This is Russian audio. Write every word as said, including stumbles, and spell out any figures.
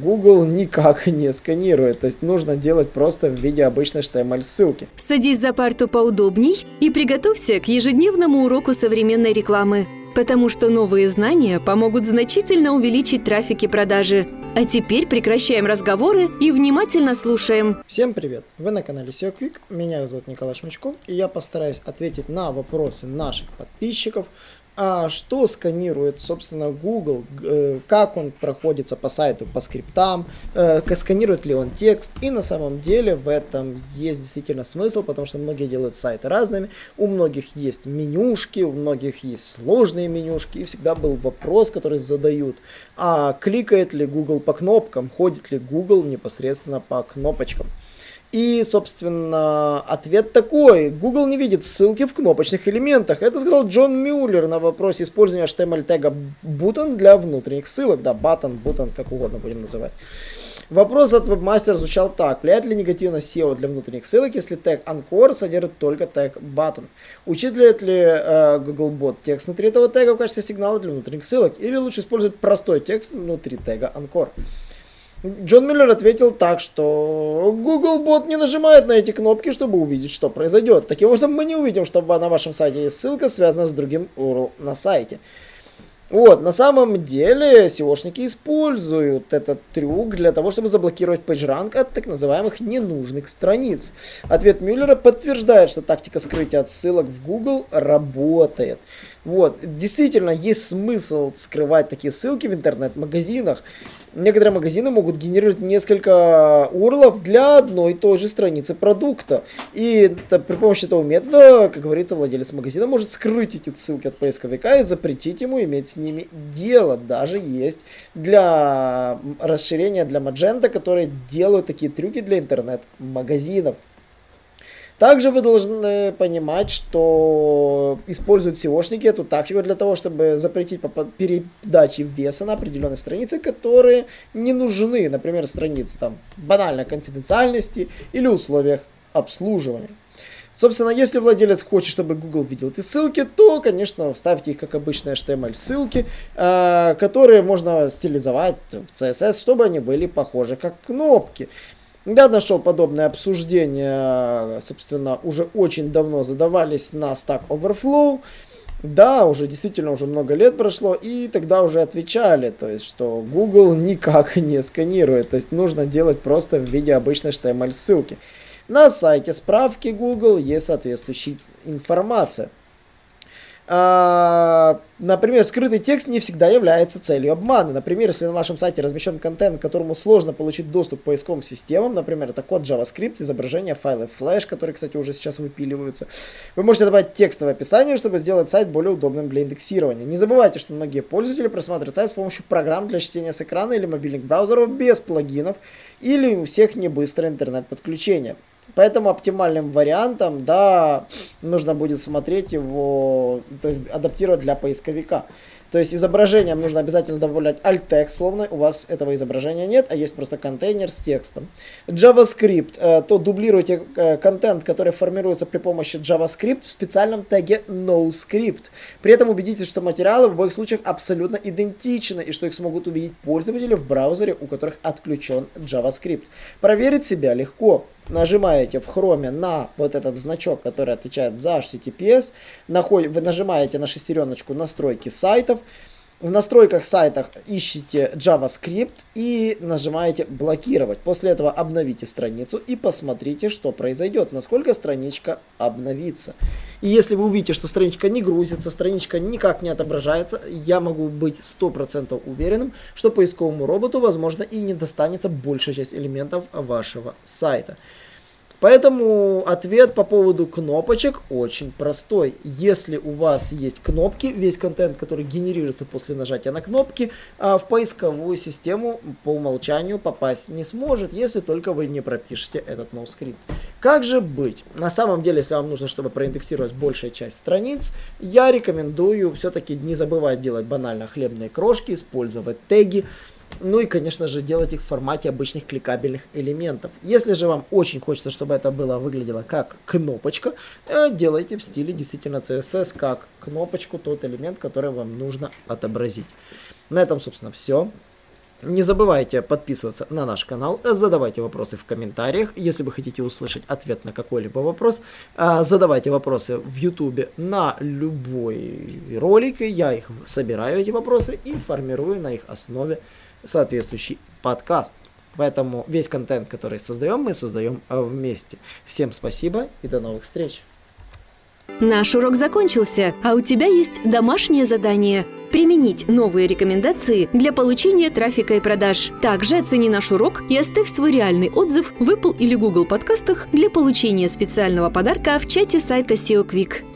Google никак не сканирует. То есть нужно делать просто в виде обычной эйч ти эм эль-ссылки. Садись за парту поудобней и приготовься к ежедневному уроку современной рекламы, потому что новые знания помогут значительно увеличить трафик и продажи. А теперь прекращаем разговоры и внимательно слушаем. Всем привет! Вы на канале сео Quick, меня зовут Николай Шмычков, и я постараюсь ответить на вопросы наших подписчиков. А что сканирует, собственно, Google, как он проходится по сайту, по скриптам, сканирует ли он текст. И на самом деле в этом есть действительно смысл, потому что многие делают сайты разными, у многих есть менюшки, у многих есть сложные менюшки, и всегда был вопрос, который задают, а кликает ли Google по кнопкам, ходит ли Google непосредственно по кнопочкам. И, собственно, ответ такой. Google не видит ссылки в кнопочных элементах. Это сказал Джон Мюллер на вопросе использования эйч ти эм эль-тега button для внутренних ссылок. Да, button, button, как угодно будем называть. Вопрос от вебмастера звучал так. Влияет ли негативно сео для внутренних ссылок, если тег Anchor содержит только тег button? Учитывает ли э, Googlebot текст внутри этого тега в качестве сигнала для внутренних ссылок? Или лучше использовать простой текст внутри тега Anchor? Джон Мюллер ответил так, что Googlebot не нажимает на эти кнопки, чтобы увидеть, что произойдет. Таким образом, мы не увидим, что на вашем сайте есть ссылка, связанная с другим ю ар эл на сайте. Вот, на самом деле, сеошники используют этот трюк для того, чтобы заблокировать PageRank от так называемых ненужных страниц. Ответ Мюллера подтверждает, что тактика скрытия от ссылок в Google работает. Вот, действительно, есть смысл скрывать такие ссылки в интернет-магазинах. Некоторые магазины могут генерировать несколько ю ар эл для одной и той же страницы продукта. И это, при помощи этого метода, как говорится, владелец магазина может скрыть эти ссылки от поисковика и запретить ему иметь с ними дело. Даже есть для расширения для Magento, которые делают такие трюки для интернет-магазинов. Также вы должны понимать, что используют сеошники эту тактику для того, чтобы запретить передачи веса на определенные страницы, которые не нужны. Например, страницы там банальной конфиденциальности или условиях обслуживания. Собственно, если владелец хочет, чтобы Google видел эти ссылки, то, конечно, вставьте их как обычные эйч ти эм эль-ссылки, э, которые можно стилизовать в си эс эс, чтобы они были похожи как кнопки. Я нашел подобное обсуждение, собственно, уже очень давно задавались на Stack Overflow. Да, уже действительно уже много лет прошло, и тогда уже отвечали, то есть, что Google никак не сканирует, то есть нужно делать просто в виде обычной эйч ти эм эль-ссылки. На сайте справки Google есть соответствующая информация. А, например, скрытый текст не всегда является целью обмана. Например, если на вашем сайте размещен контент, к которому сложно получить доступ к поисковым системам, например, это код JavaScript, изображение, файлы Flash, которые, кстати, уже сейчас выпиливаются, вы можете добавить текстовое описание, чтобы сделать сайт более удобным для индексирования. Не забывайте, что многие пользователи просматривают сайт с помощью программ для чтения с экрана или мобильных браузеров без плагинов, или у всех не быстрое интернет-подключение. Поэтому оптимальным вариантом, да, нужно будет смотреть его, то есть адаптировать для поисковика. То есть изображением нужно обязательно добавлять alt-text, словно у вас этого изображения нет, а есть просто контейнер с текстом. JavaScript, э, то дублируйте э, контент, который формируется при помощи JavaScript в специальном теге NoScript. При этом убедитесь, что материалы в обоих случаях абсолютно идентичны и что их смогут увидеть пользователи в браузере, у которых отключен JavaScript. Проверить себя легко. Нажимаете в Chrome на вот этот значок, который отвечает за эйч ти ти пи эс, наход... вы нажимаете на шестереночку настройки сайтов, в настройках сайтах ищите JavaScript и нажимаете блокировать. После этого обновите страницу и посмотрите, что произойдет, насколько страничка обновится. И если вы увидите, что страничка не грузится, страничка никак не отображается, я могу быть сто процентов уверенным, что поисковому роботу, возможно, и не достанется большая часть элементов вашего сайта. Поэтому ответ по поводу кнопочек очень простой. Если у вас есть кнопки, весь контент, который генерируется после нажатия на кнопки, в поисковую систему по умолчанию попасть не сможет, если только вы не пропишете этот NoScript. Как же быть? На самом деле, если вам нужно, чтобы проиндексировать большая часть страниц, я рекомендую все-таки не забывать делать банально хлебные крошки, использовать теги. Ну и, конечно же, делать их в формате обычных кликабельных элементов. Если же вам очень хочется, чтобы это было выглядело как кнопочка, делайте в стиле действительно си эс эс как кнопочку, тот элемент, который вам нужно отобразить. На этом, собственно, все. Не забывайте подписываться на наш канал, задавайте вопросы в комментариях. Если вы хотите услышать ответ на какой-либо вопрос, задавайте вопросы в YouTube на любой ролик. Я их собираю, эти вопросы, и формирую на их основе соответствующий подкаст. Поэтому весь контент, который создаем, мы создаем вместе. Всем спасибо и до новых встреч. Наш урок закончился, а у тебя есть домашнее задание – применить новые рекомендации для получения трафика и продаж. Также оцени наш урок и оставь свой реальный отзыв в Apple или Google подкастах для получения специального подарка в чате сайта сео Quick.